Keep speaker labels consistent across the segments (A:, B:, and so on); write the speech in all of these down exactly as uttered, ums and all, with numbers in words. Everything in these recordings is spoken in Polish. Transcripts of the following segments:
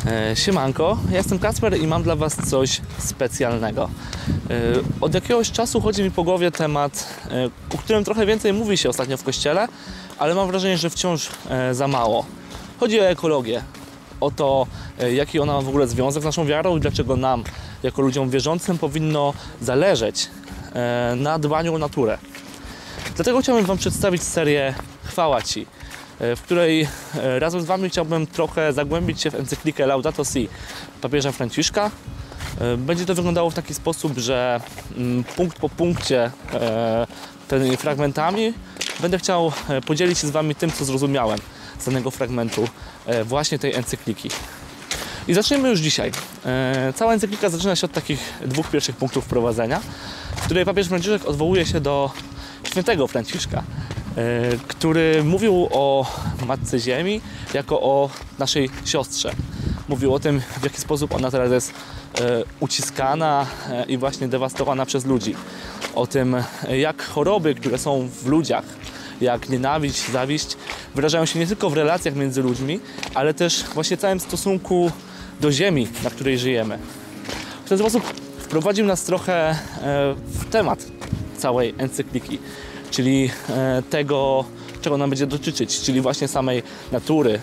A: E, siemanko, ja jestem Kacper i mam dla Was coś specjalnego. E, od jakiegoś czasu chodzi mi po głowie temat, e, o którym trochę więcej mówi się ostatnio w kościele, ale mam wrażenie, że wciąż e, za mało. Chodzi o ekologię, o to, e, jaki ona ma w ogóle związek z naszą wiarą i dlaczego nam, jako ludziom wierzącym, powinno zależeć e, na dbaniu o naturę. Dlatego chciałbym Wam przedstawić serię Chwała Ci, w której razem z Wami chciałbym trochę zagłębić się w encyklikę Laudato Si papieża Franciszka. Będzie to wyglądało w taki sposób, że punkt po punkcie, tymi fragmentami będę chciał podzielić się z Wami tym, co zrozumiałem z danego fragmentu właśnie tej encykliki. I zaczniemy już dzisiaj. Cała encyklika zaczyna się od takich dwóch pierwszych punktów wprowadzenia, w której papież Franciszek odwołuje się do świętego Franciszka, który mówił o Matce Ziemi jako o naszej siostrze. Mówił o tym, w jaki sposób ona teraz jest uciskana i właśnie dewastowana przez ludzi. O tym, jak choroby, które są w ludziach, jak nienawiść, zawiść, wyrażają się nie tylko w relacjach między ludźmi, ale też właśnie całym stosunku do ziemi, na której żyjemy. W ten sposób wprowadził nas trochę w temat całej encykliki, czyli tego, czego nam będzie dotyczyć, czyli właśnie samej natury,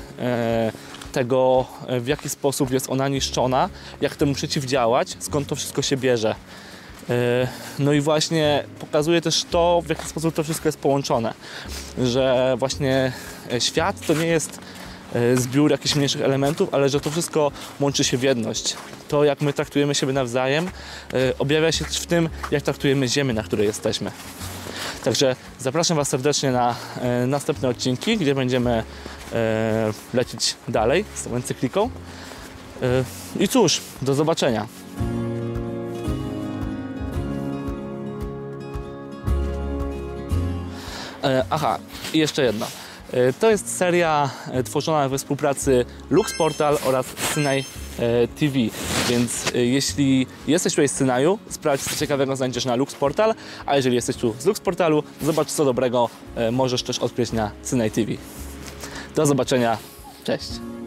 A: tego, w jaki sposób jest ona niszczona, jak temu przeciwdziałać, skąd to wszystko się bierze. No i właśnie pokazuje też to, w jaki sposób to wszystko jest połączone, że właśnie świat to nie jest zbiór jakichś mniejszych elementów, ale że to wszystko łączy się w jedność. To, jak my traktujemy siebie nawzajem, objawia się też w tym, jak traktujemy ziemię, na której jesteśmy. Także zapraszam Was serdecznie na e, następne odcinki, gdzie będziemy e, lecieć dalej z tą encykliką. E, I cóż, do zobaczenia. E, aha, i jeszcze jedno. E, to jest seria e, tworzona we współpracy Lux Portal oraz Synai T V, więc jeśli jesteś tutaj z Synaju, sprawdź, co ciekawego znajdziesz na Lux Portal, a jeżeli jesteś tu z Lux Portalu, zobacz, co dobrego możesz też odkryć na Synai T V. Do zobaczenia, cześć!